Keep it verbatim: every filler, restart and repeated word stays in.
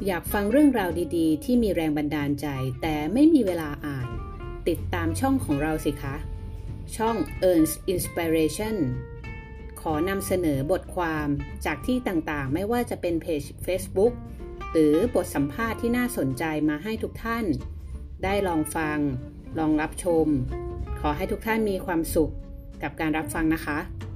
อยากฟังเรื่องราวดีๆที่มีแรงบันดาลใจแต่ไม่มีเวลาอ่านติดตามช่องของเราสิคะช่อง Earns Inspiration ขอนำเสนอบทความจากที่ต่างๆไม่ว่าจะเป็นเพจ Facebook หรือบทสัมภาษณ์ที่น่าสนใจมาให้ทุกท่านได้ลองฟังลองรับชมขอให้ทุกท่านมีความสุขกับการรับฟังนะคะ